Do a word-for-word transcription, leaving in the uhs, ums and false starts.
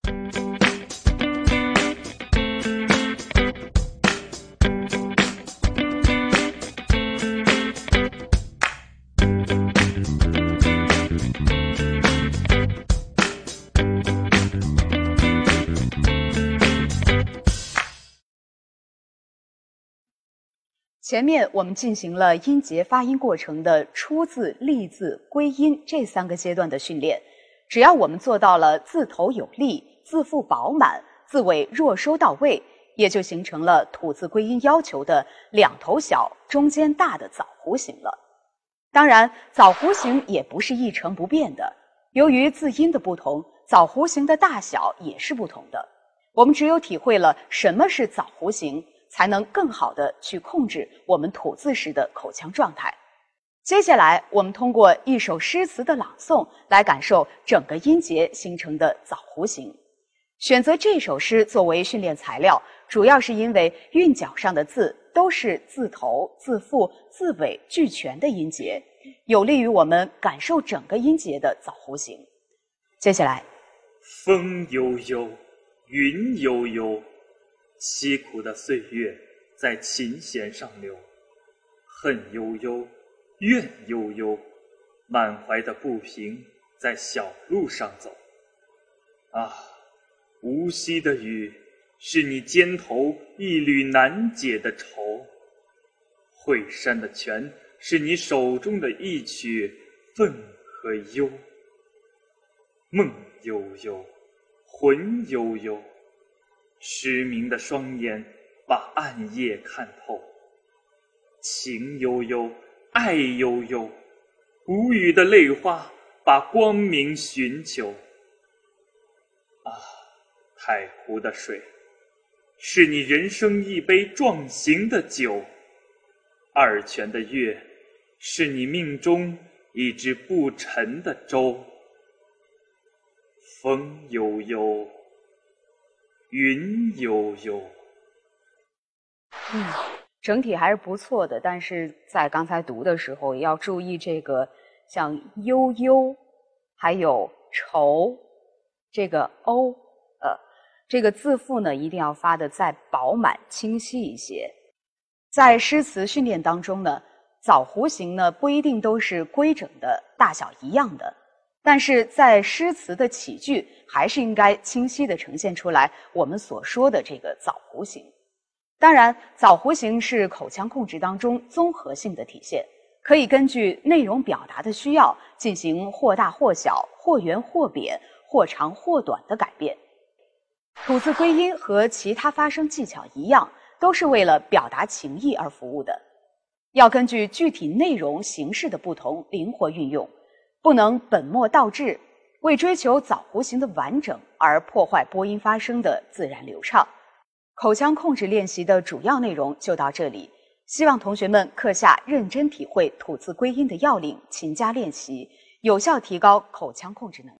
前面我们进行了音节发音过程的出字、立字、归音这三个阶段的训练，只要我们做到了字头有力、字腹饱满、字尾弱收到位，也就形成了吐字归音要求的两头小、中间大的枣弧形了。当然，枣弧形也不是一成不变的，由于字音的不同，枣弧形的大小也是不同的。我们只有体会了什么是枣弧形，才能更好地去控制我们吐字时的口腔状态。接下来，我们通过一首诗词的朗诵来感受整个音节形成的枣弧形。选择这首诗作为训练材料，主要是因为韵脚上的字都是字头、字腹、字尾俱全的音节，有利于我们感受整个音节的枣弧形。接下来， 风悠悠，云悠悠，凄苦的岁月在琴弦上流，恨悠悠，怨悠悠，满怀的不平在小路上走。啊，无息的雨是你肩头一缕难解的愁，惠山的泉是你手中的一曲愤和忧。梦悠悠，魂悠悠，失明的双眼把暗夜看透，情悠悠，爱悠悠，无语的泪花把光明寻求。啊，太湖的水是你人生一杯壮行的酒，二泉的月是你命中一只不沉的舟。风悠悠，云悠悠。 嗯，整体还是不错的，但是在刚才读的时候也要注意这个像悠悠，还有愁，这个欧，呃，这个字腹呢一定要发的再饱满清晰一些。在诗词训练当中呢，枣弧形呢不一定都是规整的大小一样的。但是在诗词的起句，还是应该清晰地呈现出来我们所说的这个枣弧形。当然，枣弧形是口腔控制当中综合性的体现，可以根据内容表达的需要进行或大或小、或圆或扁、或长或短的改变。吐字归音和其他发声技巧一样，都是为了表达情意而服务的，要根据具体内容形式的不同灵活运用。不能本末倒置，为追求枣弧形的完整而破坏播音发声的自然流畅。口腔控制练习的主要内容就到这里，希望同学们课下认真体会吐字归音的要领，勤加练习，有效提高口腔控制能力。